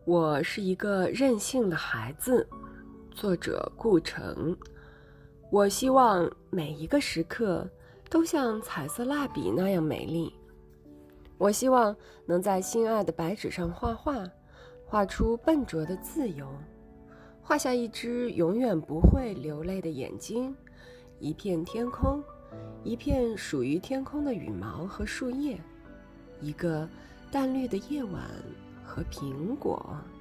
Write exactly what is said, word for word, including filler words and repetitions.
我是一个任性的孩子，作者顾城。我希望每一个时刻都像彩色蜡笔那样美丽。我希望能在心爱的白纸上画画，画出笨拙的自由，画下一只永远不会流泪的眼睛，一片天空，一片属于天空的羽毛和树叶，一个淡绿的夜晚和苹果。